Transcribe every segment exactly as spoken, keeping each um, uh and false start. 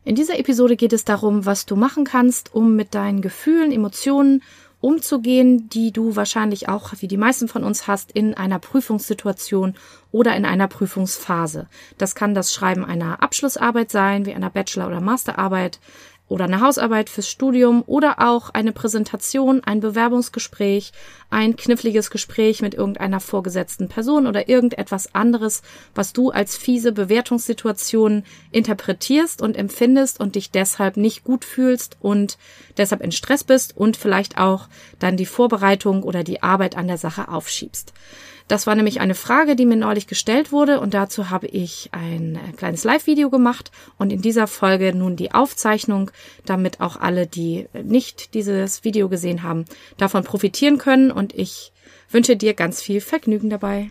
In dieser Episode geht es darum, was du machen kannst, um mit deinen Gefühlen, Emotionen umzugehen, die du wahrscheinlich auch, wie die meisten von uns hast, in einer Prüfungssituation oder in einer Prüfungsphase. Das kann das Schreiben einer Abschlussarbeit sein, wie einer Bachelor- oder Masterarbeit, oder eine Hausarbeit fürs Studium oder auch eine Präsentation, ein Bewerbungsgespräch, ein kniffliges Gespräch mit irgendeiner vorgesetzten Person oder irgendetwas anderes, was du als fiese Bewertungssituation interpretierst und empfindest und dich deshalb nicht gut fühlst und deshalb in Stress bist und vielleicht auch dann die Vorbereitung oder die Arbeit an der Sache aufschiebst. Das war nämlich eine Frage, die mir neulich gestellt wurde und dazu habe ich ein kleines Live-Video gemacht und in dieser Folge nun die Aufzeichnung, damit auch alle, die nicht dieses Video gesehen haben, davon profitieren können und ich wünsche dir ganz viel Vergnügen dabei.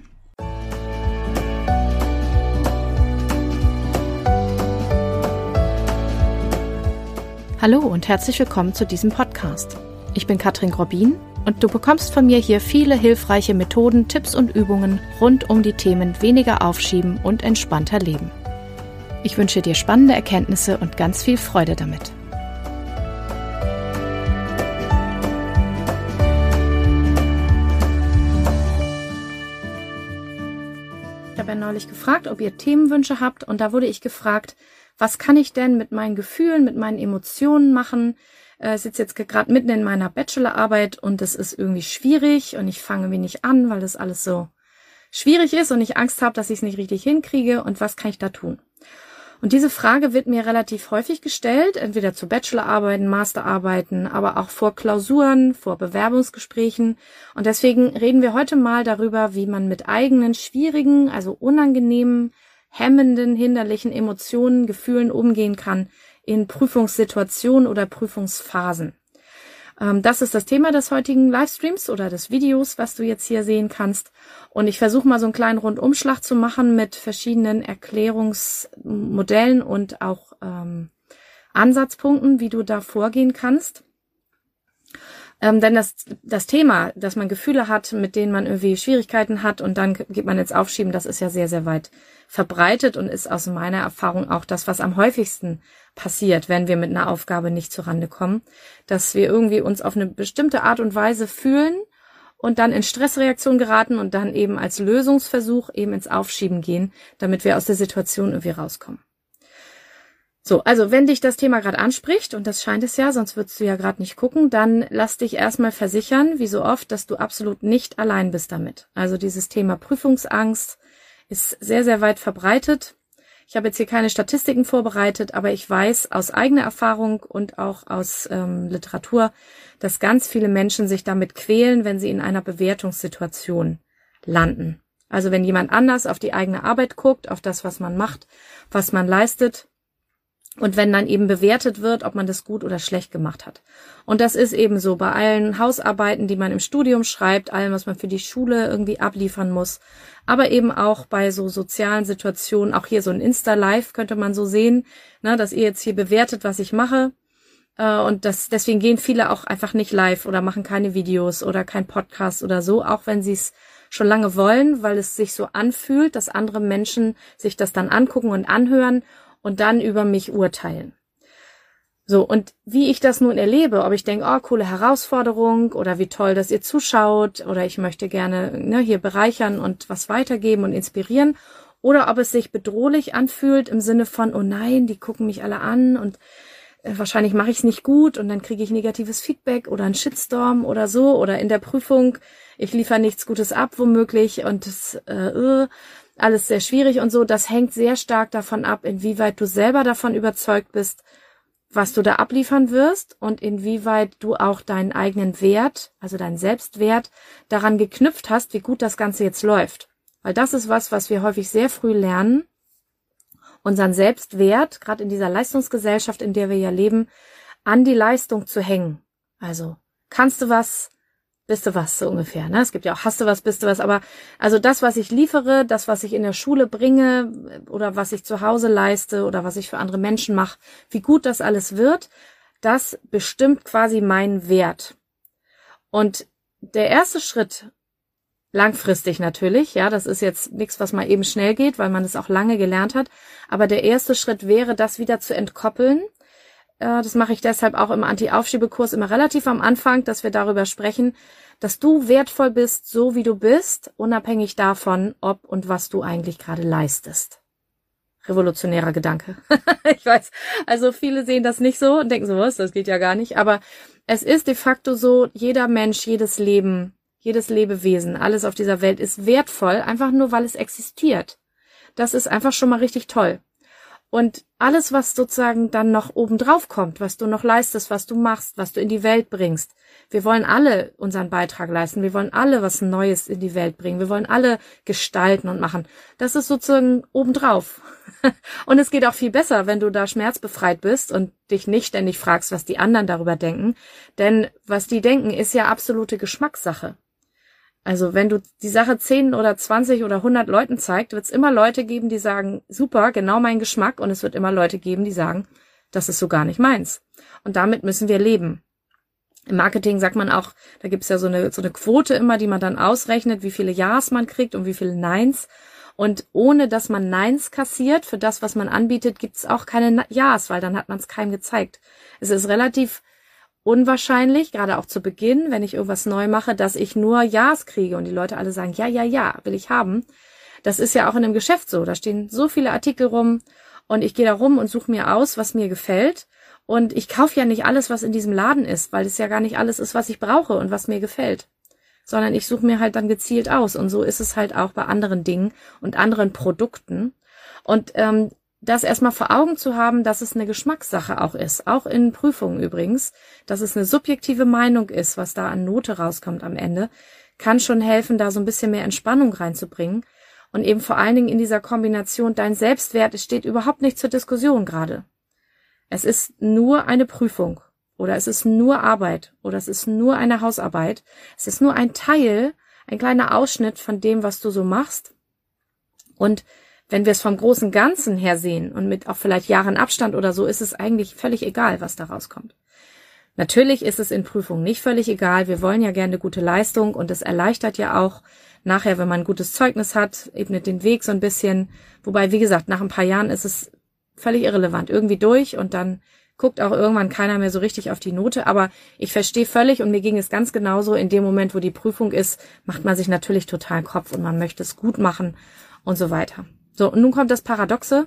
Hallo und herzlich willkommen zu diesem Podcast. Ich bin Katrin Grobin und du bekommst von mir hier viele hilfreiche Methoden, Tipps und Übungen rund um die Themen weniger aufschieben und entspannter leben. Ich wünsche dir spannende Erkenntnisse und ganz viel Freude damit. Ich habe ja neulich gefragt, ob ihr Themenwünsche habt und da wurde ich gefragt, was kann ich denn mit meinen Gefühlen, mit meinen Emotionen machen? Ich sitze jetzt gerade mitten in meiner Bachelorarbeit und es ist irgendwie schwierig und ich fange wenig an, weil das alles so schwierig ist und ich Angst habe, dass ich es nicht richtig hinkriege und was kann ich da tun? Und diese Frage wird mir relativ häufig gestellt, entweder zu Bachelorarbeiten, Masterarbeiten, aber auch vor Klausuren, vor Bewerbungsgesprächen und deswegen reden wir heute mal darüber, wie man mit eigenen schwierigen, also unangenehmen, hemmenden, hinderlichen Emotionen, Gefühlen umgehen kann, in Prüfungssituationen oder Prüfungsphasen. Ähm, das ist das Thema des heutigen Livestreams oder des Videos, was du jetzt hier sehen kannst. Und ich versuche mal so einen kleinen Rundumschlag zu machen mit verschiedenen Erklärungsmodellen und auch ähm, Ansatzpunkten, wie du da vorgehen kannst. Ähm, denn das, das Thema, dass man Gefühle hat, mit denen man irgendwie Schwierigkeiten hat und dann geht man ins Aufschieben, das ist ja sehr, sehr weit verbreitet und ist aus meiner Erfahrung auch das, was am häufigsten passiert, wenn wir mit einer Aufgabe nicht zurande kommen, dass wir irgendwie uns auf eine bestimmte Art und Weise fühlen und dann in Stressreaktion geraten und dann eben als Lösungsversuch eben ins Aufschieben gehen, damit wir aus der Situation irgendwie rauskommen. So, also wenn dich das Thema gerade anspricht, und das scheint es ja, sonst würdest du ja gerade nicht gucken, dann lass dich erstmal versichern, wie so oft, dass du absolut nicht allein bist damit. Also dieses Thema Prüfungsangst ist sehr, sehr weit verbreitet. Ich habe jetzt hier keine Statistiken vorbereitet, aber ich weiß aus eigener Erfahrung und auch aus ähm, Literatur, dass ganz viele Menschen sich damit quälen, wenn sie in einer Bewertungssituation landen. Also wenn jemand anders auf die eigene Arbeit guckt, auf das, was man macht, was man leistet, und wenn dann eben bewertet wird, ob man das gut oder schlecht gemacht hat. Und das ist eben so bei allen Hausarbeiten, die man im Studium schreibt, allem, was man für die Schule irgendwie abliefern muss, aber eben auch bei so sozialen Situationen, auch hier so ein Insta-Live könnte man so sehen, ne, dass ihr jetzt hier bewertet, was ich mache. Äh, und das, deswegen gehen viele auch einfach nicht live oder machen keine Videos oder kein Podcast oder so, auch wenn sie es schon lange wollen, weil es sich so anfühlt, dass andere Menschen sich das dann angucken und anhören und dann über mich urteilen. So, und wie ich das nun erlebe, ob ich denke, oh, coole Herausforderung oder wie toll, dass ihr zuschaut oder ich möchte gerne ne, hier bereichern und was weitergeben und inspirieren oder ob es sich bedrohlich anfühlt im Sinne von, oh nein, die gucken mich alle an und äh, wahrscheinlich mache ich es nicht gut und dann kriege ich negatives Feedback oder einen Shitstorm oder so oder in der Prüfung, ich liefere nichts Gutes ab womöglich und das äh, alles sehr schwierig und so. Das hängt sehr stark davon ab, inwieweit du selber davon überzeugt bist, was du da abliefern wirst und inwieweit du auch deinen eigenen Wert, also deinen Selbstwert, daran geknüpft hast, wie gut das Ganze jetzt läuft. Weil das ist was, was wir häufig sehr früh lernen, unseren Selbstwert, gerade in dieser Leistungsgesellschaft, in der wir ja leben, an die Leistung zu hängen. Also, kannst du was, bist du was, so ungefähr, ne? Es gibt ja auch, hast du was, bist du was, aber also das, was ich liefere, das, was ich in der Schule bringe oder was ich zu Hause leiste oder was ich für andere Menschen mache, wie gut das alles wird, das bestimmt quasi meinen Wert. Und der erste Schritt Langfristig natürlich, ja, das ist jetzt nichts, was mal eben schnell geht, weil man es auch lange gelernt hat. Aber der erste Schritt wäre, das wieder zu entkoppeln. Äh, das mache ich deshalb auch im Anti-Aufschiebekurs immer relativ am Anfang, dass wir darüber sprechen, dass du wertvoll bist, so wie du bist, unabhängig davon, ob und was du eigentlich gerade leistest. Revolutionärer Gedanke. Ich weiß, also viele sehen das nicht so und denken so, was, das geht ja gar nicht. Aber es ist de facto so, jeder Mensch, jedes Leben, jedes Lebewesen, alles auf dieser Welt ist wertvoll, einfach nur, weil es existiert. Das ist einfach schon mal richtig toll. Und alles, was sozusagen dann noch obendrauf kommt, was du noch leistest, was du machst, was du in die Welt bringst. Wir wollen alle unseren Beitrag leisten. Wir wollen alle was Neues in die Welt bringen. Wir wollen alle gestalten und machen. Das ist sozusagen obendrauf. Und es geht auch viel besser, wenn du da schmerzbefreit bist und dich nicht ständig fragst, was die anderen darüber denken. Denn was die denken, ist ja absolute Geschmackssache. Also wenn du die Sache zehn oder zwanzig oder hundert Leuten zeigst, wird es immer Leute geben, die sagen, super, genau mein Geschmack. Und es wird immer Leute geben, die sagen, das ist so gar nicht meins. Und damit müssen wir leben. Im Marketing sagt man auch, da gibt es ja so eine, so eine Quote immer, die man dann ausrechnet, wie viele Ja's man kriegt und wie viele Neins. Und ohne, dass man Neins kassiert für das, was man anbietet, gibt es auch keine Ja's, weil dann hat man es keinem gezeigt. Es ist relativ unwahrscheinlich, gerade auch zu Beginn, wenn ich irgendwas neu mache, dass ich nur Ja's kriege und die Leute alle sagen, ja, ja, ja, will ich haben. Das ist ja auch in einem Geschäft so. Da stehen so viele Artikel rum und ich gehe da rum und suche mir aus, was mir gefällt. Und ich kaufe ja nicht alles, was in diesem Laden ist, weil es ja gar nicht alles ist, was ich brauche und was mir gefällt. Sondern ich suche mir halt dann gezielt aus. Und so ist es halt auch bei anderen Dingen und anderen Produkten. Und ähm, das erstmal vor Augen zu haben, dass es eine Geschmackssache auch ist, auch in Prüfungen übrigens, dass es eine subjektive Meinung ist, was da an Note rauskommt am Ende, kann schon helfen, da so ein bisschen mehr Entspannung reinzubringen. Und eben vor allen Dingen in dieser Kombination, dein Selbstwert, es steht überhaupt nicht zur Diskussion gerade. Es ist nur eine Prüfung oder es ist nur Arbeit oder es ist nur eine Hausarbeit. Es ist nur ein Teil, ein kleiner Ausschnitt von dem, was du so machst. Und wenn wir es vom großen Ganzen her sehen und mit auch vielleicht Jahren Abstand oder so, ist es eigentlich völlig egal, was da rauskommt. Natürlich ist es in Prüfungen nicht völlig egal. Wir wollen ja gerne eine gute Leistung und es erleichtert ja auch nachher, wenn man ein gutes Zeugnis hat, ebnet den Weg so ein bisschen. Wobei, wie gesagt, nach ein paar Jahren ist es völlig irrelevant. Irgendwie durch und dann guckt auch irgendwann keiner mehr so richtig auf die Note. Aber ich verstehe völlig und mir ging es ganz genauso. In dem Moment, wo die Prüfung ist, macht man sich natürlich total Kopf und man möchte es gut machen und so weiter. So, und nun kommt das Paradoxe.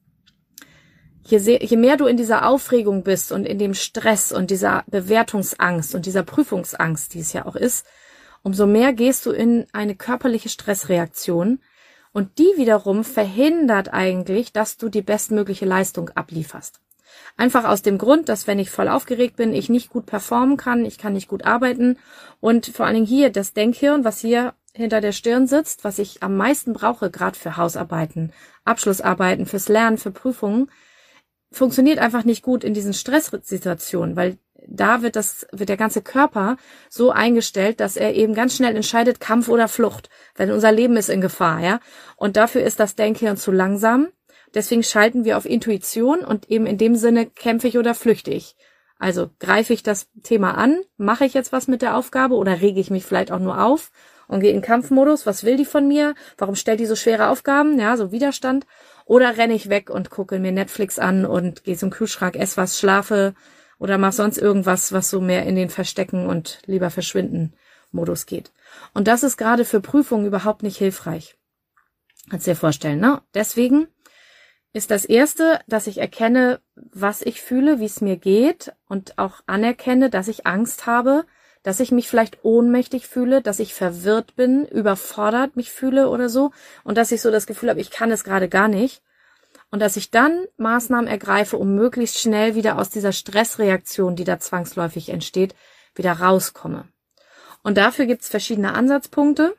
Je, sehr, je mehr du in dieser Aufregung bist und in dem Stress und dieser Bewertungsangst und dieser Prüfungsangst, die es ja auch ist, umso mehr gehst du in eine körperliche Stressreaktion und die wiederum verhindert eigentlich, dass du die bestmögliche Leistung ablieferst. Einfach aus dem Grund, dass wenn ich voll aufgeregt bin, ich nicht gut performen kann, ich kann nicht gut arbeiten und vor allen Dingen hier das Denkhirn, was hier hinter der Stirn sitzt, was ich am meisten brauche, gerade für Hausarbeiten, Abschlussarbeiten, fürs Lernen, für Prüfungen, funktioniert einfach nicht gut in diesen Stresssituationen, weil da wird das, wird der ganze Körper so eingestellt, dass er eben ganz schnell entscheidet, Kampf oder Flucht, wenn unser Leben ist in Gefahr, ja. Und dafür ist das Denkhirn zu langsam. Deswegen schalten wir auf Intuition und eben in dem Sinne kämpfe ich oder flüchte ich. Also greife ich das Thema an, mache ich jetzt was mit der Aufgabe oder rege ich mich vielleicht auch nur auf und gehe in Kampfmodus. Was will die von mir? Warum stellt die so schwere Aufgaben? Ja, so Widerstand. Oder renne ich weg und gucke mir Netflix an und gehe zum Kühlschrank, esse was, schlafe oder mach sonst irgendwas, was so mehr in den Verstecken und lieber verschwinden Modus geht. Und das ist gerade für Prüfungen überhaupt nicht hilfreich. Kannst dir vorstellen, ne? Deswegen ist das Erste, dass ich erkenne, was ich fühle, wie es mir geht und auch anerkenne, dass ich Angst habe, dass ich mich vielleicht ohnmächtig fühle, dass ich verwirrt bin, überfordert mich fühle oder so und dass ich so das Gefühl habe, ich kann es gerade gar nicht und dass ich dann Maßnahmen ergreife, um möglichst schnell wieder aus dieser Stressreaktion, die da zwangsläufig entsteht, wieder rauskomme. Und dafür gibt es verschiedene Ansatzpunkte.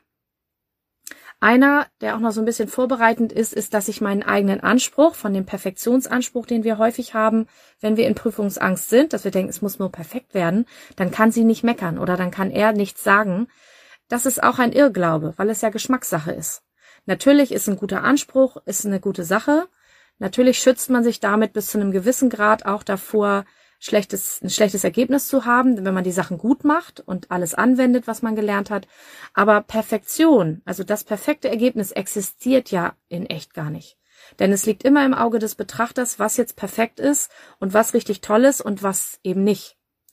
Einer, der auch noch so ein bisschen vorbereitend ist, ist, dass ich meinen eigenen Anspruch, von dem Perfektionsanspruch, den wir häufig haben, wenn wir in Prüfungsangst sind, dass wir denken, es muss nur perfekt werden, dann kann sie nicht meckern oder dann kann er nichts sagen. Das ist auch ein Irrglaube, weil es ja Geschmackssache ist. Natürlich ist ein guter Anspruch, ist eine gute Sache. Natürlich schützt man sich damit bis zu einem gewissen Grad auch davor, schlechtes, ein schlechtes Ergebnis zu haben, wenn man die Sachen gut macht und alles anwendet, was man gelernt hat. Aber Perfektion, also das perfekte Ergebnis existiert ja in echt gar nicht. Denn es liegt immer im Auge des Betrachters, was jetzt perfekt ist und was richtig toll ist und was eben nicht.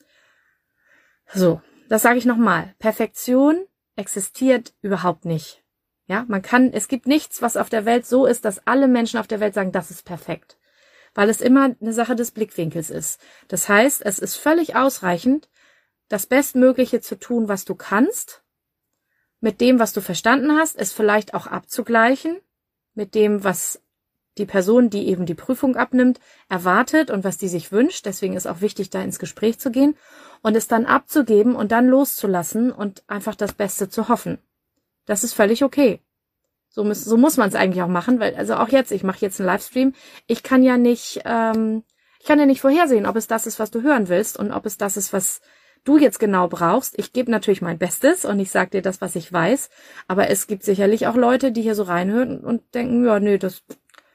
So, das sage ich nochmal. Perfektion existiert überhaupt nicht. Ja, man kann, es gibt nichts, was auf der Welt so ist, dass alle Menschen auf der Welt sagen, das ist perfekt. Weil es immer eine Sache des Blickwinkels ist. Das heißt, es ist völlig ausreichend, das Bestmögliche zu tun, was du kannst, mit dem, was du verstanden hast, es vielleicht auch abzugleichen, mit dem, was die Person, die eben die Prüfung abnimmt, erwartet und was die sich wünscht. Deswegen ist auch wichtig, da ins Gespräch zu gehen und es dann abzugeben und dann loszulassen und einfach das Beste zu hoffen. Das ist völlig okay. So muss, so muss man es eigentlich auch machen, weil, also auch jetzt, ich mache jetzt einen Livestream, ich kann ja nicht, ähm, ich kann ja nicht vorhersehen, ob es das ist, was du hören willst und ob es das ist, was du jetzt genau brauchst. Ich gebe natürlich mein Bestes und ich sage dir das, was ich weiß, aber es gibt sicherlich auch Leute, die hier so reinhören und denken, ja, nö, das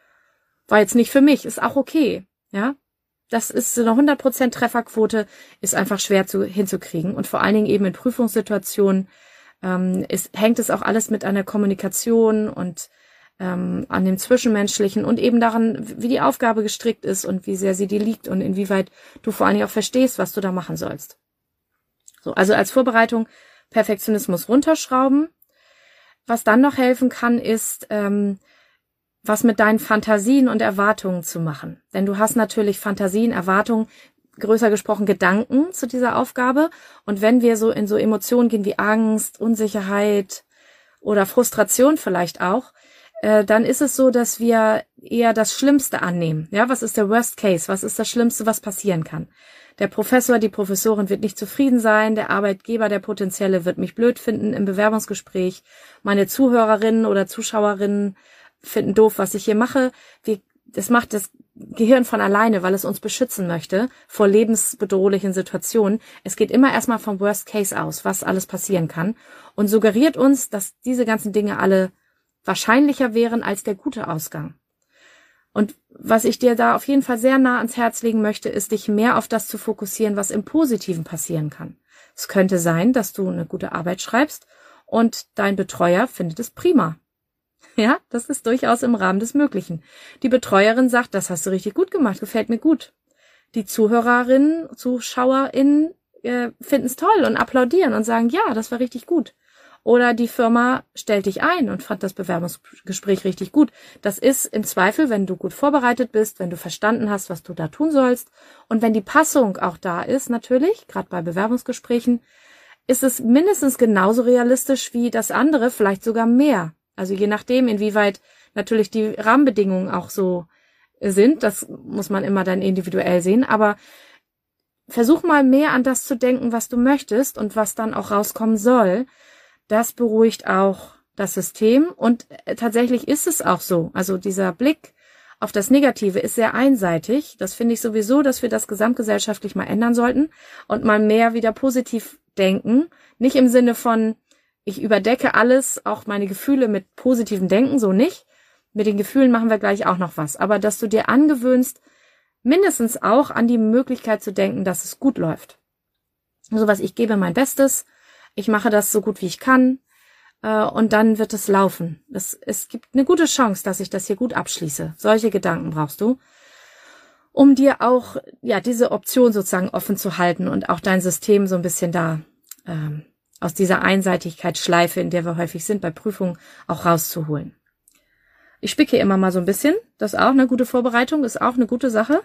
war jetzt nicht für mich, ist auch okay, ja. Das ist so eine hundert Prozent Trefferquote, ist einfach schwer zu, hinzukriegen und vor allen Dingen eben in Prüfungssituationen ähm, ist, hängt es auch alles mit einer Kommunikation und ähm, an dem Zwischenmenschlichen und eben daran, wie die Aufgabe gestrickt ist und wie sehr sie dir liegt und inwieweit du vor allen Dingen auch verstehst, was du da machen sollst. So, also als Vorbereitung Perfektionismus runterschrauben. Was dann noch helfen kann, ist, ähm, was mit deinen Fantasien und Erwartungen zu machen. Denn du hast natürlich Fantasien, Erwartungen, größer gesprochen Gedanken zu dieser Aufgabe. Und wenn wir so in so Emotionen gehen wie Angst, Unsicherheit oder Frustration vielleicht auch, äh, dann ist es so, dass wir eher das Schlimmste annehmen. Ja, was ist der Worst Case? Was ist das Schlimmste, was passieren kann? Der Professor, die Professorin wird nicht zufrieden sein. Der Arbeitgeber, der Potenzielle, wird mich blöd finden im Bewerbungsgespräch. Meine Zuhörerinnen oder Zuschauerinnen finden doof, was ich hier mache. Wir, das macht das Gehirn von alleine, weil es uns beschützen möchte vor lebensbedrohlichen Situationen. Es geht immer erstmal vom Worst Case aus, was alles passieren kann und suggeriert uns, dass diese ganzen Dinge alle wahrscheinlicher wären als der gute Ausgang. Und was ich dir da auf jeden Fall sehr nah ans Herz legen möchte, ist, dich mehr auf das zu fokussieren, was im Positiven passieren kann. Es könnte sein, dass du eine gute Arbeit schreibst und dein Betreuer findet es prima. Ja, das ist durchaus im Rahmen des Möglichen. Die Betreuerin sagt, das hast du richtig gut gemacht, gefällt mir gut. Die Zuhörerinnen, ZuschauerInnen äh, finden es toll und applaudieren und sagen, ja, das war richtig gut. Oder die Firma stellt dich ein und fand das Bewerbungsgespräch richtig gut. Das ist im Zweifel, wenn du gut vorbereitet bist, wenn du verstanden hast, was du da tun sollst und wenn die Passung auch da ist, natürlich, gerade bei Bewerbungsgesprächen, ist es mindestens genauso realistisch wie das andere, vielleicht sogar mehr. Also je nachdem, inwieweit natürlich die Rahmenbedingungen auch so sind, das muss man immer dann individuell sehen, aber versuch mal mehr an das zu denken, was du möchtest und was dann auch rauskommen soll. Das beruhigt auch das System und tatsächlich ist es auch so. Also dieser Blick auf das Negative ist sehr einseitig. Das finde ich sowieso, dass wir das gesamtgesellschaftlich mal ändern sollten und mal mehr wieder positiv denken. Nicht im Sinne von, ich überdecke alles, auch meine Gefühle mit positivem Denken, so nicht. Mit den Gefühlen machen wir gleich auch noch was. Aber dass du dir angewöhnst, mindestens auch an die Möglichkeit zu denken, dass es gut läuft. Also was, ich gebe mein Bestes, ich mache das so gut wie ich kann äh, und dann wird es laufen. Das, es gibt eine gute Chance, dass ich das hier gut abschließe. Solche Gedanken brauchst du, um dir auch ja diese Option sozusagen offen zu halten und auch dein System so ein bisschen da ähm, aus dieser Einseitigkeitsschleife, in der wir häufig sind, bei Prüfungen auch rauszuholen. Ich spicke immer mal so ein bisschen. Das ist auch eine gute Vorbereitung, ist auch eine gute Sache.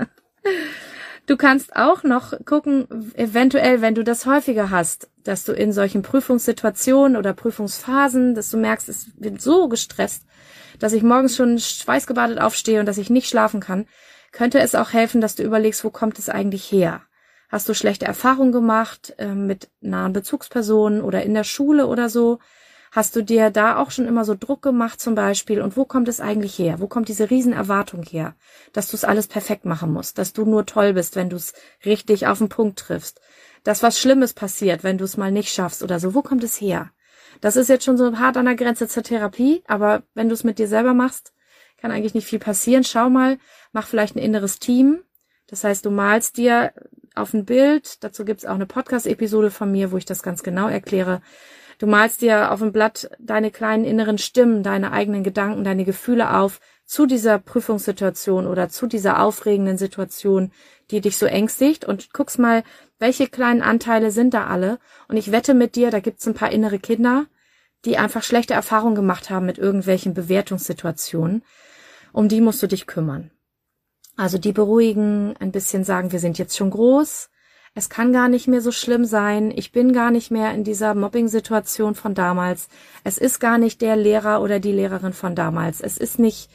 Du kannst auch noch gucken, eventuell, wenn du das häufiger hast, dass du in solchen Prüfungssituationen oder Prüfungsphasen, dass du merkst, es wird so gestresst, dass ich morgens schon schweißgebadet aufstehe und dass ich nicht schlafen kann, könnte es auch helfen, dass du überlegst, wo kommt es eigentlich her? Hast du schlechte Erfahrungen gemacht äh, mit nahen Bezugspersonen oder in der Schule oder so? Hast du dir da auch schon immer so Druck gemacht zum Beispiel? Und wo kommt es eigentlich her? Wo kommt diese Riesenerwartung her? Dass du es alles perfekt machen musst, dass du nur toll bist, wenn du es richtig auf den Punkt triffst, dass was Schlimmes passiert, wenn du es mal nicht schaffst oder so. Wo kommt es her? Das ist jetzt schon so hart an der Grenze zur Therapie, aber wenn du es mit dir selber machst, kann eigentlich nicht viel passieren. Schau mal, mach vielleicht ein inneres Team, Das heißt, du malst dir auf ein Bild, dazu gibt's auch eine Podcast-Episode von mir, wo ich das ganz genau erkläre. Du malst dir auf ein Blatt deine kleinen inneren Stimmen, deine eigenen Gedanken, deine Gefühle auf zu dieser Prüfungssituation oder zu dieser aufregenden Situation, die dich so ängstigt, und guckst mal, welche kleinen Anteile sind da alle. Und ich wette mit dir, da gibt's ein paar innere Kinder, die einfach schlechte Erfahrungen gemacht haben mit irgendwelchen Bewertungssituationen. Um die musst du dich kümmern. Also die beruhigen, ein bisschen sagen, wir sind jetzt schon groß, es kann gar nicht mehr so schlimm sein, ich bin gar nicht mehr in dieser Mobbing-Situation von damals, es ist gar nicht der Lehrer oder die Lehrerin von damals, es ist nicht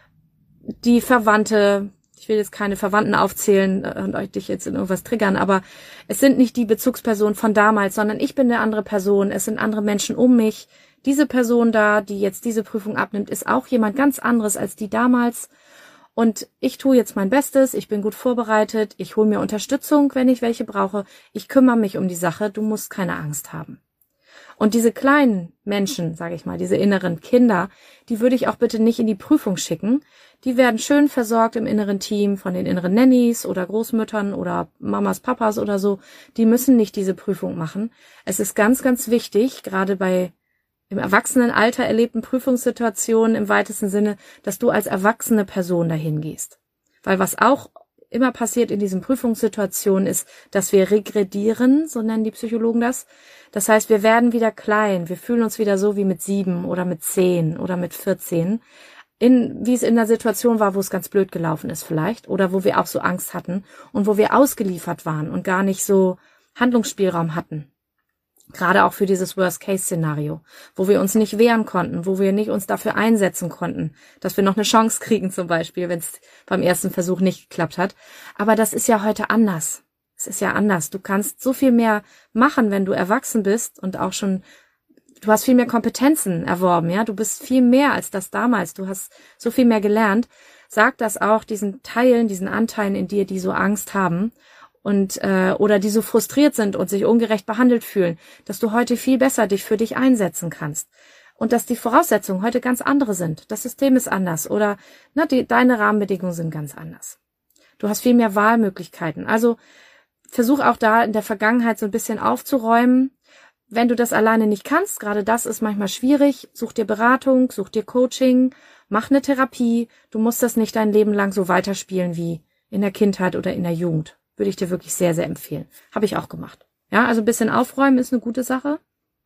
die Verwandte, ich will jetzt keine Verwandten aufzählen und euch dich jetzt in irgendwas triggern, aber es sind nicht die Bezugspersonen von damals, sondern ich bin eine andere Person, es sind andere Menschen um mich. Diese Person da, die jetzt diese Prüfung abnimmt, ist auch jemand ganz anderes als die damals. Und ich tue jetzt mein Bestes, ich bin gut vorbereitet, ich hole mir Unterstützung, wenn ich welche brauche, ich kümmere mich um die Sache, du musst keine Angst haben. Und diese kleinen Menschen, sage ich mal, diese inneren Kinder, die würde ich auch bitte nicht in die Prüfung schicken. Die werden schön versorgt im inneren Team von den inneren Nannies oder Großmüttern oder Mamas, Papas oder so. Die müssen nicht diese Prüfung machen. Es ist ganz, ganz wichtig, gerade bei im Erwachsenenalter erlebten Prüfungssituationen im weitesten Sinne, dass du als erwachsene Person dahin gehst. Weil was auch immer passiert in diesen Prüfungssituationen ist, dass wir regredieren, so nennen die Psychologen das. Das heißt, wir werden wieder klein, wir fühlen uns wieder so wie mit sieben oder mit zehn oder mit vierzehn, in, wie es in der Situation war, wo es ganz blöd gelaufen ist vielleicht, oder wo wir auch so Angst hatten und wo wir ausgeliefert waren und gar nicht so Handlungsspielraum hatten. Gerade auch für dieses Worst-Case-Szenario, wo wir uns nicht wehren konnten, wo wir nicht uns dafür einsetzen konnten, dass wir noch eine Chance kriegen zum Beispiel, wenn es beim ersten Versuch nicht geklappt hat. Aber das ist ja heute anders. Es ist ja anders. Du kannst so viel mehr machen, wenn du erwachsen bist und auch schon, du hast viel mehr Kompetenzen erworben, ja. Du bist viel mehr als das damals. Du hast so viel mehr gelernt. Sag das auch diesen Teilen, diesen Anteilen in dir, die so Angst haben und äh, oder die so frustriert sind und sich ungerecht behandelt fühlen, dass du heute viel besser dich für dich einsetzen kannst und dass die Voraussetzungen heute ganz andere sind. Das System ist anders oder na, die, deine Rahmenbedingungen sind ganz anders. Du hast viel mehr Wahlmöglichkeiten. Also versuch auch da in der Vergangenheit so ein bisschen aufzuräumen. Wenn du das alleine nicht kannst, gerade das ist manchmal schwierig, such dir Beratung, such dir Coaching, mach eine Therapie. Du musst das nicht dein Leben lang so weiterspielen wie in der Kindheit oder in der Jugend. Würde ich dir wirklich sehr, sehr empfehlen. Habe ich auch gemacht. Ja, also ein bisschen aufräumen ist eine gute Sache.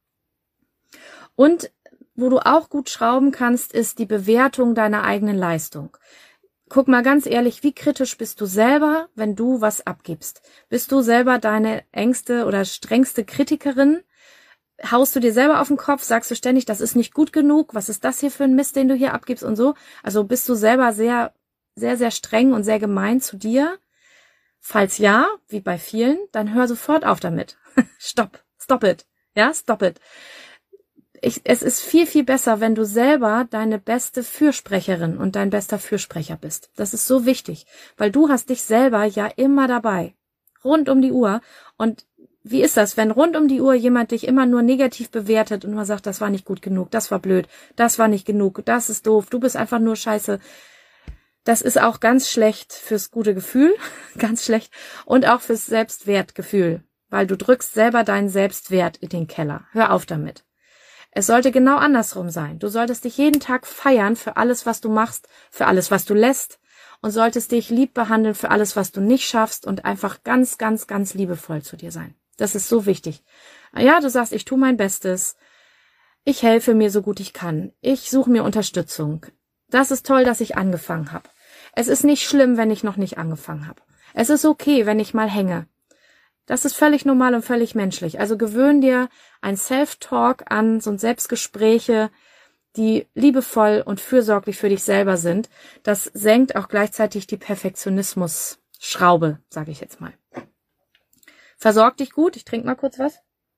Und wo du auch gut schrauben kannst, ist die Bewertung deiner eigenen Leistung. Guck mal ganz ehrlich, wie kritisch bist du selber, wenn du was abgibst? Bist du selber deine engste oder strengste Kritikerin? Haust du dir selber auf den Kopf? Sagst du ständig, das ist nicht gut genug? Was ist das hier für ein Mist, den du hier abgibst und so? Also bist du selber sehr, sehr, sehr streng und sehr gemein zu dir? Falls ja, wie bei vielen, dann hör sofort auf damit. Stopp, stop it. Ja, stop it. Ich, es ist viel, viel besser, wenn du selber deine beste Fürsprecherin und dein bester Fürsprecher bist. Das ist so wichtig, weil du hast dich selber ja immer dabei. Rund um die Uhr. Und wie ist das, wenn rund um die Uhr jemand dich immer nur negativ bewertet und nur sagt, das war nicht gut genug, das war blöd, das war nicht genug, das ist doof, du bist einfach nur scheiße. Das ist auch ganz schlecht fürs gute Gefühl, ganz schlecht, und auch fürs Selbstwertgefühl, weil du drückst selber deinen Selbstwert in den Keller. Hör auf damit. Es sollte genau andersrum sein. Du solltest dich jeden Tag feiern für alles, was du machst, für alles, was du lässt, und solltest dich lieb behandeln für alles, was du nicht schaffst, und einfach ganz, ganz, ganz liebevoll zu dir sein. Das ist so wichtig. Ja, du sagst, ich tue mein Bestes, ich helfe mir so gut ich kann, ich suche mir Unterstützung. Das ist toll, dass ich angefangen habe. Es ist nicht schlimm, wenn ich noch nicht angefangen habe. Es ist okay, wenn ich mal hänge. Das ist völlig normal und völlig menschlich. Also gewöhn dir ein Self-Talk an, so ein Selbstgespräche, die liebevoll und fürsorglich für dich selber sind. Das senkt auch gleichzeitig die Perfektionismus-Schraube, sage ich jetzt mal. Versorg dich gut. Ich trinke mal kurz was.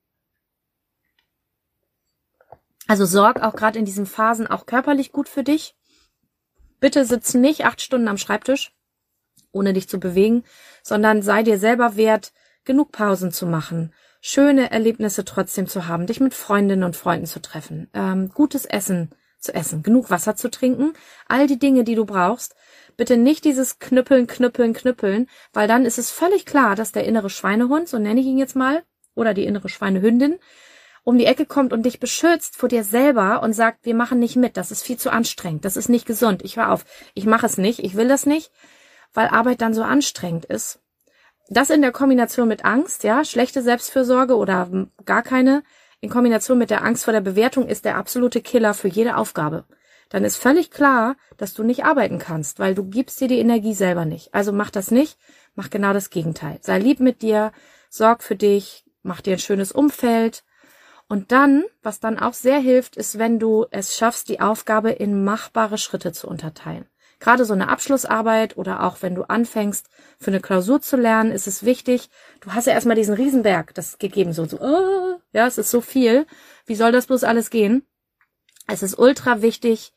Also sorg auch gerade in diesen Phasen auch körperlich gut für dich. Bitte sitz nicht acht Stunden am Schreibtisch, ohne dich zu bewegen, sondern sei dir selber wert, genug Pausen zu machen, schöne Erlebnisse trotzdem zu haben, dich mit Freundinnen und Freunden zu treffen, ähm, gutes Essen zu essen, genug Wasser zu trinken, all die Dinge, die du brauchst. Bitte nicht dieses Knüppeln, Knüppeln, Knüppeln, weil dann ist es völlig klar, dass der innere Schweinehund, so nenne ich ihn jetzt mal, oder die innere Schweinehündin, um die Ecke kommt und dich beschützt vor dir selber und sagt, wir machen nicht mit, das ist viel zu anstrengend, das ist nicht gesund, ich höre auf, ich mache es nicht, ich will das nicht, weil Arbeit dann so anstrengend ist. Das in der Kombination mit Angst, ja, schlechte Selbstfürsorge oder gar keine, in Kombination mit der Angst vor der Bewertung ist der absolute Killer für jede Aufgabe. Dann ist völlig klar, dass du nicht arbeiten kannst, weil du gibst dir die Energie selber nicht. Also mach das nicht, mach genau das Gegenteil. Sei lieb mit dir, sorg für dich, mach dir ein schönes Umfeld. Und dann, was dann auch sehr hilft, ist, wenn du es schaffst, die Aufgabe in machbare Schritte zu unterteilen. Gerade so eine Abschlussarbeit oder auch wenn du anfängst, für eine Klausur zu lernen, ist es wichtig, du hast ja erstmal diesen Riesenberg, das gegeben, so, so, oh, ja, es ist so viel. Wie soll das bloß alles gehen? Es ist ultra wichtig,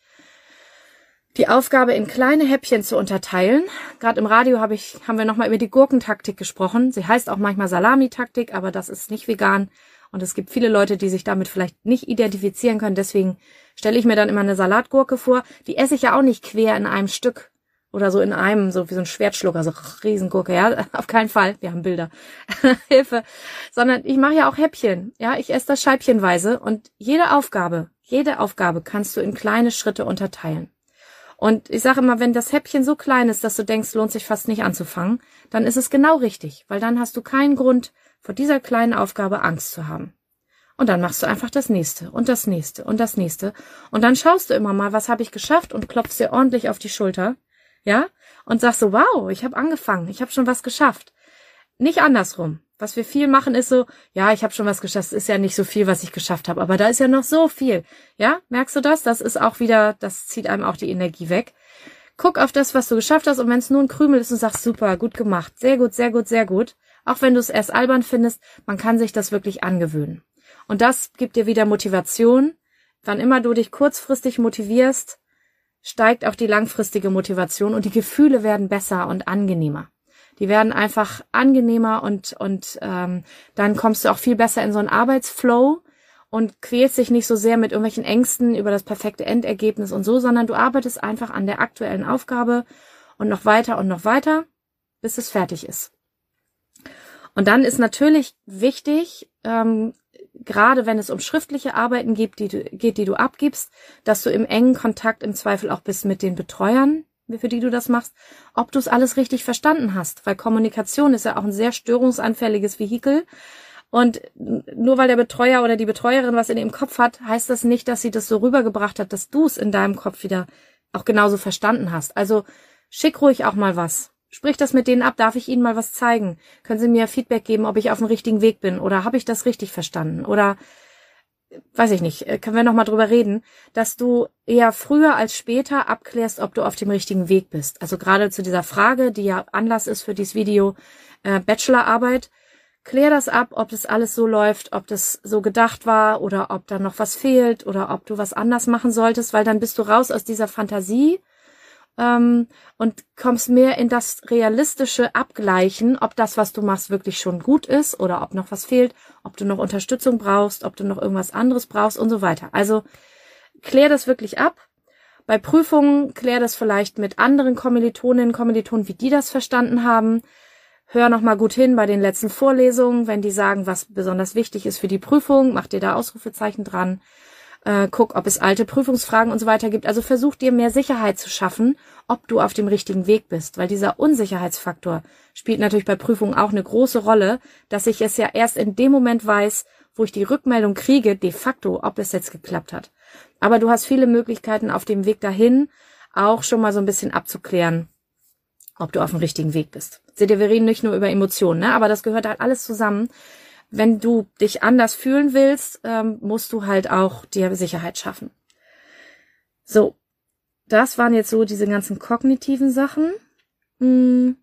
die Aufgabe in kleine Häppchen zu unterteilen. Gerade im Radio habe ich, haben wir nochmal über die Gurkentaktik gesprochen. Sie heißt auch manchmal Salami-Taktik, aber das ist nicht vegan. Und es gibt viele Leute, die sich damit vielleicht nicht identifizieren können. Deswegen stelle ich mir dann immer eine Salatgurke vor. Die esse ich ja auch nicht quer in einem Stück oder so in einem, so wie so ein Schwertschlucker, so Riesengurke. Ja, auf keinen Fall. Wir haben Bilder. Hilfe. Sondern ich mache ja auch Häppchen. Ja, ich esse das scheibchenweise. Und jede Aufgabe, jede Aufgabe kannst du in kleine Schritte unterteilen. Und ich sage immer, wenn das Häppchen so klein ist, dass du denkst, lohnt sich fast nicht anzufangen, dann ist es genau richtig, weil dann hast du keinen Grund, vor dieser kleinen Aufgabe Angst zu haben. Und dann machst du einfach das nächste und das nächste und das nächste. Und dann schaust du immer mal, was habe ich geschafft und klopfst dir ordentlich auf die Schulter, ja, und sagst so, wow, ich habe angefangen, ich habe schon was geschafft. Nicht andersrum. Was wir viel machen ist so, ja, ich habe schon was geschafft, es ist ja nicht so viel, was ich geschafft habe, aber da ist ja noch so viel. Ja, merkst du das? Das ist auch wieder, das zieht einem auch die Energie weg. Guck auf das, was du geschafft hast und wenn es nur ein Krümel ist und sagst, super, gut gemacht, sehr gut, sehr gut, sehr gut. Auch wenn du es erst albern findest, man kann sich das wirklich angewöhnen. Und das gibt dir wieder Motivation. Wann immer du dich kurzfristig motivierst, steigt auch die langfristige Motivation und die Gefühle werden besser und angenehmer. Die werden einfach angenehmer und und ähm, dann kommst du auch viel besser in so einen Arbeitsflow und quälst dich nicht so sehr mit irgendwelchen Ängsten über das perfekte Endergebnis und so, sondern du arbeitest einfach an der aktuellen Aufgabe und noch weiter und noch weiter, bis es fertig ist. Und dann ist natürlich wichtig, ähm, gerade wenn es um schriftliche Arbeiten geht, die du, geht, die du abgibst, dass du im engen Kontakt im Zweifel auch bist mit den Betreuern, für die du das machst, ob du es alles richtig verstanden hast. Weil Kommunikation ist ja auch ein sehr störungsanfälliges Vehikel. Und nur weil der Betreuer oder die Betreuerin was in ihrem Kopf hat, heißt das nicht, dass sie das so rübergebracht hat, dass du es in deinem Kopf wieder auch genauso verstanden hast. Also schick ruhig auch mal was. Sprich das mit denen ab. Darf ich ihnen mal was zeigen? Können sie mir Feedback geben, ob ich auf dem richtigen Weg bin? Oder habe ich das richtig verstanden? Oder weiß ich nicht, können wir noch mal drüber reden, dass du eher früher als später abklärst, ob du auf dem richtigen Weg bist. Also gerade zu dieser Frage, die ja Anlass ist für dieses Video, äh, Bachelorarbeit, klär das ab, ob das alles so läuft, ob das so gedacht war oder ob da noch was fehlt oder ob du was anders machen solltest, weil dann bist du raus aus dieser Fantasie ähm, und kommst mehr in das realistische Abgleichen, ob das, was du machst, wirklich schon gut ist oder ob noch was fehlt, ob du noch Unterstützung brauchst, ob du noch irgendwas anderes brauchst und so weiter. Also klär das wirklich ab. Bei Prüfungen klär das vielleicht mit anderen Kommilitoninnen, Kommilitonen, wie die das verstanden haben. Hör noch mal gut hin bei den letzten Vorlesungen, wenn die sagen, was besonders wichtig ist für die Prüfung, mach dir da Ausrufezeichen dran. Äh, guck, ob es alte Prüfungsfragen und so weiter gibt. Also versuch dir mehr Sicherheit zu schaffen, ob du auf dem richtigen Weg bist. Weil dieser Unsicherheitsfaktor spielt natürlich bei Prüfungen auch eine große Rolle, dass ich es ja erst in dem Moment weiß, wo ich die Rückmeldung kriege, de facto, ob es jetzt geklappt hat. Aber du hast viele Möglichkeiten auf dem Weg dahin, auch schon mal so ein bisschen abzuklären, ob du auf dem richtigen Weg bist. Seht ihr, wir reden nicht nur über Emotionen, ne? Aber das gehört halt alles zusammen. Wenn du dich anders fühlen willst, ähm, musst du halt auch dir Sicherheit schaffen. So, das waren jetzt so diese ganzen kognitiven Sachen. Hm.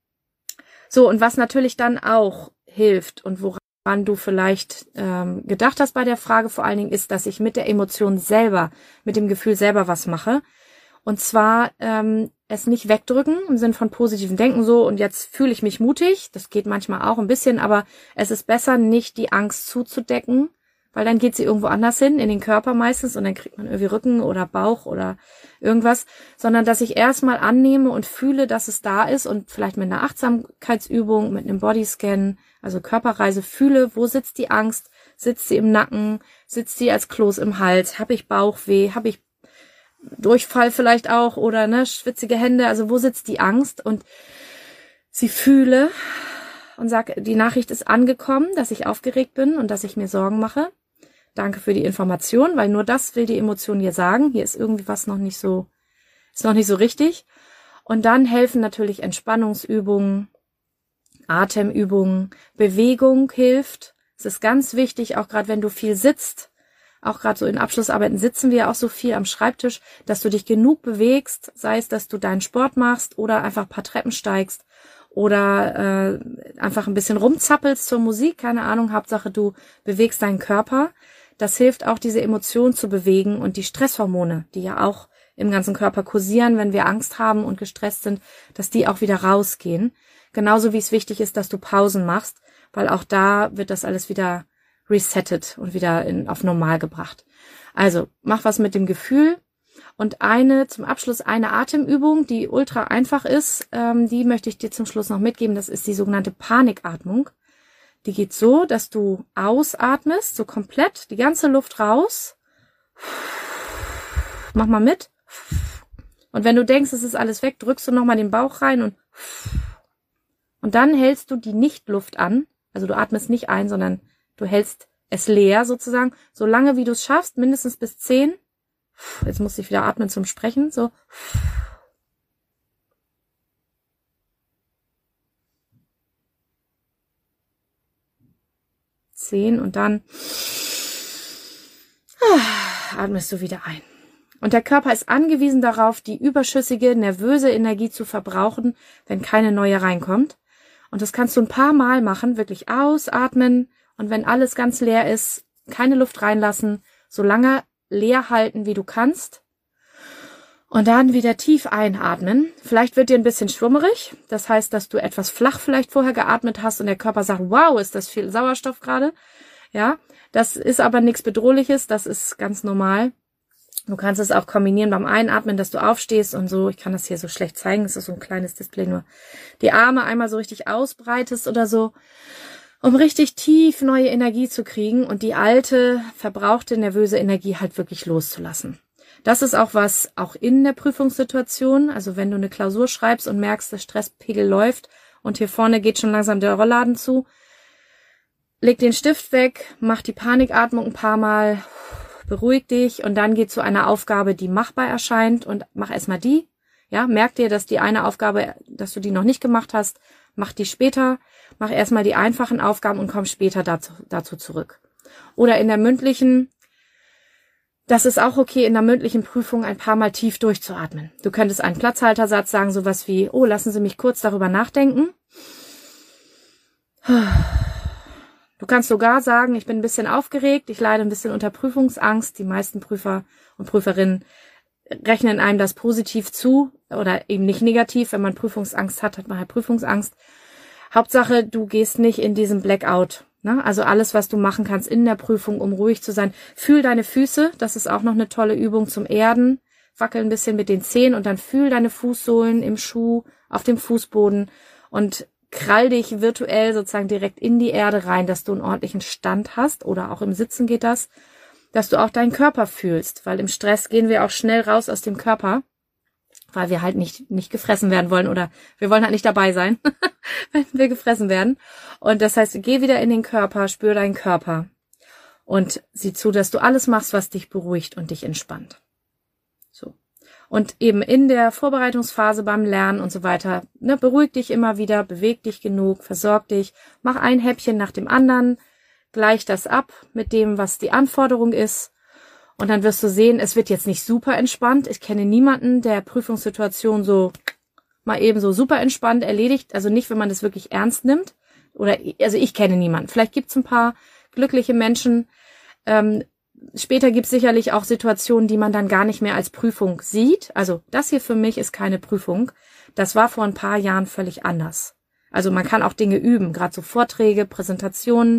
So, und was natürlich dann auch hilft und woran du vielleicht ähm, gedacht hast bei der Frage vor allen Dingen, ist, dass ich mit der Emotion selber, mit dem Gefühl selber was mache. Und zwar ähm, es nicht wegdrücken im Sinn von positiven Denken so und jetzt fühle ich mich mutig. Das geht manchmal auch ein bisschen, aber es ist besser, nicht die Angst zuzudecken, weil dann geht sie irgendwo anders hin, in den Körper meistens, und dann kriegt man irgendwie Rücken oder Bauch oder irgendwas, sondern dass ich erstmal annehme und fühle, dass es da ist und vielleicht mit einer Achtsamkeitsübung, mit einem Bodyscan, also Körperreise fühle, wo sitzt die Angst, sitzt sie im Nacken, sitzt sie als Kloß im Hals, habe ich Bauchweh, habe ich Durchfall vielleicht auch oder ne schwitzige Hände, also wo sitzt die Angst, und sie fühle und sag, die Nachricht ist angekommen, dass ich aufgeregt bin und dass ich mir Sorgen mache. Danke für die Information, weil nur das will die Emotion hier sagen. Hier ist irgendwie was noch nicht so, ist noch nicht so richtig. Und dann helfen natürlich Entspannungsübungen, Atemübungen, Bewegung hilft. Es ist ganz wichtig, auch gerade wenn du viel sitzt, auch gerade so in Abschlussarbeiten sitzen wir auch so viel am Schreibtisch, dass du dich genug bewegst, sei es, dass du deinen Sport machst oder einfach ein paar Treppen steigst oder äh, einfach ein bisschen rumzappelst zur Musik, keine Ahnung, Hauptsache du bewegst deinen Körper. Das hilft auch, diese Emotionen zu bewegen und die Stresshormone, die ja auch im ganzen Körper kursieren, wenn wir Angst haben und gestresst sind, dass die auch wieder rausgehen. Genauso wie es wichtig ist, dass du Pausen machst, weil auch da wird das alles wieder resettet und wieder in, auf normal gebracht. Also mach was mit dem Gefühl. Und eine, zum Abschluss eine Atemübung, die ultra einfach ist, ähm, die möchte ich dir zum Schluss noch mitgeben. Das ist die sogenannte Panikatmung. Die geht so, dass du ausatmest, so komplett, die ganze Luft raus. Mach mal mit. Und wenn du denkst, es ist alles weg, drückst du nochmal den Bauch rein und und dann hältst du die Nichtluft an. Also du atmest nicht ein, sondern du hältst es leer sozusagen, so lange wie du es schaffst, mindestens bis zehn. Jetzt muss ich wieder atmen zum Sprechen, so. Zehn und dann ah, atmest du wieder ein. Und der Körper ist angewiesen darauf, die überschüssige, nervöse Energie zu verbrauchen, wenn keine neue reinkommt. Und das kannst du ein paar Mal machen, wirklich ausatmen. Und wenn alles ganz leer ist, keine Luft reinlassen, so lange leer halten, wie du kannst. Und dann wieder tief einatmen. Vielleicht wird dir ein bisschen schwummerig. Das heißt, dass du etwas flach vielleicht vorher geatmet hast und der Körper sagt, wow, ist das viel Sauerstoff gerade. Ja, das ist aber nichts Bedrohliches. Das ist ganz normal. Du kannst es auch kombinieren beim Einatmen, dass du aufstehst und so. Ich kann das hier so schlecht zeigen. Es ist so ein kleines Display nur. Die Arme einmal so richtig ausbreitest oder so, um richtig tief neue Energie zu kriegen und die alte, verbrauchte, nervöse Energie halt wirklich loszulassen. Das ist auch was, auch in der Prüfungssituation, also wenn du eine Klausur schreibst und merkst, der Stresspegel läuft und hier vorne geht schon langsam der Rollladen zu, leg den Stift weg, mach die Panikatmung ein paar Mal, beruhig dich und dann geht zu einer Aufgabe, die machbar erscheint und mach erstmal die. Ja, merk dir, dass die eine Aufgabe, dass du die noch nicht gemacht hast, mach die später, mach erstmal die einfachen Aufgaben und komm später dazu, dazu zurück. Oder in der mündlichen, das ist auch okay, in der mündlichen Prüfung ein paar Mal tief durchzuatmen. Du könntest einen Platzhaltersatz sagen, sowas wie, oh, lassen Sie mich kurz darüber nachdenken. Du kannst sogar sagen, ich bin ein bisschen aufgeregt, ich leide ein bisschen unter Prüfungsangst. Die meisten Prüfer und Prüferinnen rechnen einem das positiv zu oder eben nicht negativ. Wenn man Prüfungsangst hat, hat man halt Prüfungsangst. Hauptsache, du gehst nicht in diesen Blackout. Ne? Also alles, was du machen kannst in der Prüfung, um ruhig zu sein. Fühl deine Füße, das ist auch noch eine tolle Übung zum Erden. Wackel ein bisschen mit den Zehen und dann fühl deine Fußsohlen im Schuh, auf dem Fußboden und krall dich virtuell sozusagen direkt in die Erde rein, dass du einen ordentlichen Stand hast oder auch im Sitzen geht das, dass du auch deinen Körper fühlst, weil im Stress gehen wir auch schnell raus aus dem Körper, weil wir halt nicht nicht gefressen werden wollen oder wir wollen halt nicht dabei sein, wenn wir gefressen werden. Und das heißt, geh wieder in den Körper, spür deinen Körper und sieh zu, dass du alles machst, was dich beruhigt und dich entspannt. So. Und eben in der Vorbereitungsphase beim Lernen und so weiter, ne, beruhig dich immer wieder, beweg dich genug, versorg dich, mach ein Häppchen nach dem anderen, gleich das ab mit dem, was die Anforderung ist. Und dann wirst du sehen, es wird jetzt nicht super entspannt. Ich kenne niemanden, der Prüfungssituation so mal eben so super entspannt erledigt. Also nicht, wenn man das wirklich ernst nimmt. Oder also ich kenne niemanden. Vielleicht gibt es ein paar glückliche Menschen. Ähm, später gibt es sicherlich auch Situationen, die man dann gar nicht mehr als Prüfung sieht. Also das hier für mich ist keine Prüfung. Das war vor ein paar Jahren völlig anders. Also man kann auch Dinge üben, gerade so Vorträge, Präsentationen,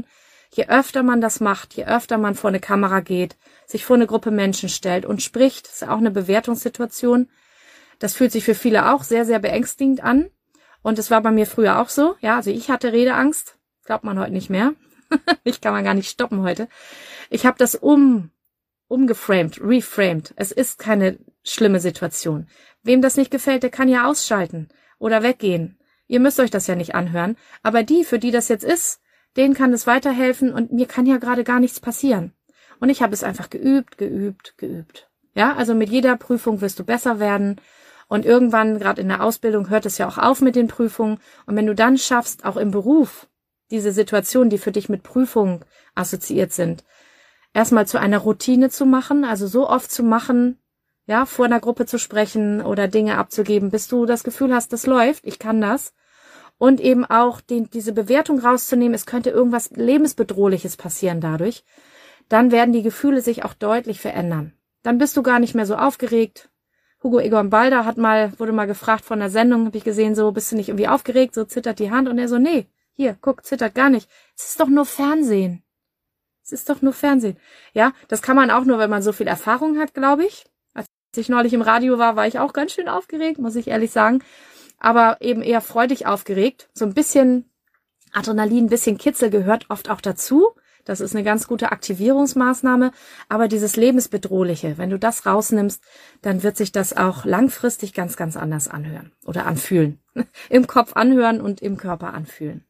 Je öfter man das macht, je öfter man vor eine Kamera geht, sich vor eine Gruppe Menschen stellt und spricht, ist auch eine Bewertungssituation. Das fühlt sich für viele auch sehr, sehr beängstigend an. Und es war bei mir früher auch so. Ja, also ich hatte Redeangst. Glaubt man heute nicht mehr. Mich kann man gar nicht stoppen heute. Ich habe das um, umgeframed, reframed. Es ist keine schlimme Situation. Wem das nicht gefällt, der kann ja ausschalten oder weggehen. Ihr müsst euch das ja nicht anhören. Aber die, für die das jetzt ist, denen kann es weiterhelfen und mir kann ja gerade gar nichts passieren. Und ich habe es einfach geübt, geübt, geübt. Ja, also mit jeder Prüfung wirst du besser werden. Und irgendwann, gerade in der Ausbildung, hört es ja auch auf mit den Prüfungen. Und wenn du dann schaffst, auch im Beruf, diese Situationen, die für dich mit Prüfungen assoziiert sind, erstmal zu einer Routine zu machen, also so oft zu machen, ja, vor einer Gruppe zu sprechen oder Dinge abzugeben, bis du das Gefühl hast, das läuft, ich kann das. Und eben auch den, diese Bewertung rauszunehmen, es könnte irgendwas Lebensbedrohliches passieren dadurch, dann werden die Gefühle sich auch deutlich verändern. Dann bist du gar nicht mehr so aufgeregt. Hugo Egon Balder hat mal, wurde mal gefragt von der Sendung, habe ich gesehen, so, bist du nicht irgendwie aufgeregt, so zittert die Hand und er so, nee, hier, guck, zittert gar nicht. Es ist doch nur Fernsehen. Es ist doch nur Fernsehen. Ja, das kann man auch nur, wenn man so viel Erfahrung hat, glaube ich. Als ich neulich im Radio war, war ich auch ganz schön aufgeregt, muss ich ehrlich sagen. Aber eben eher freudig aufgeregt. So ein bisschen Adrenalin, ein bisschen Kitzel gehört oft auch dazu. Das ist eine ganz gute Aktivierungsmaßnahme. Aber dieses Lebensbedrohliche, wenn du das rausnimmst, dann wird sich das auch langfristig ganz, ganz anders anhören oder anfühlen. Im Kopf anhören und im Körper anfühlen.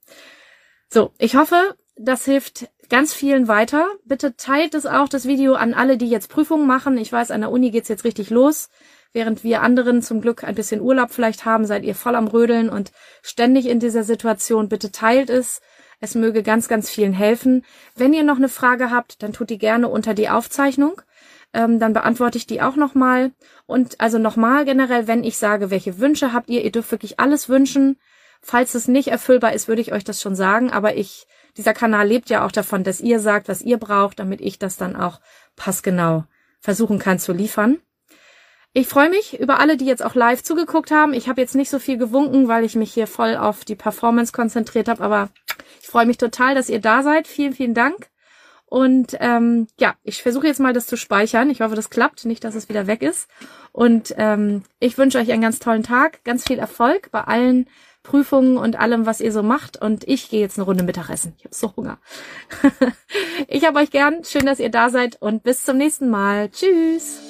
So, ich hoffe, das hilft ganz vielen weiter. Bitte teilt es auch, das Video, an alle, die jetzt Prüfungen machen. Ich weiß, an der Uni geht's jetzt richtig los. Während wir anderen zum Glück ein bisschen Urlaub vielleicht haben, seid ihr voll am Rödeln und ständig in dieser Situation. Bitte teilt es. Es möge ganz, ganz vielen helfen. Wenn ihr noch eine Frage habt, dann tut die gerne unter die Aufzeichnung. Ähm, dann beantworte ich die auch nochmal. Und also nochmal generell, wenn ich sage, welche Wünsche habt ihr, ihr dürft wirklich alles wünschen. Falls es nicht erfüllbar ist, würde ich euch das schon sagen. Aber ich, dieser Kanal lebt ja auch davon, dass ihr sagt, was ihr braucht, damit ich das dann auch passgenau versuchen kann zu liefern. Ich freue mich über alle, die jetzt auch live zugeguckt haben. Ich habe jetzt nicht so viel gewunken, weil ich mich hier voll auf die Performance konzentriert habe. Aber ich freue mich total, dass ihr da seid. Vielen, vielen Dank. Und ähm, ja, ich versuche jetzt mal, das zu speichern. Ich hoffe, das klappt. Nicht, dass es wieder weg ist. Und ähm, ich wünsche euch einen ganz tollen Tag. Ganz viel Erfolg bei allen Prüfungen und allem, was ihr so macht. Und ich gehe jetzt eine Runde Mittagessen. Ich habe so Hunger. Ich habe euch gern. Schön, dass ihr da seid. Und bis zum nächsten Mal. Tschüss.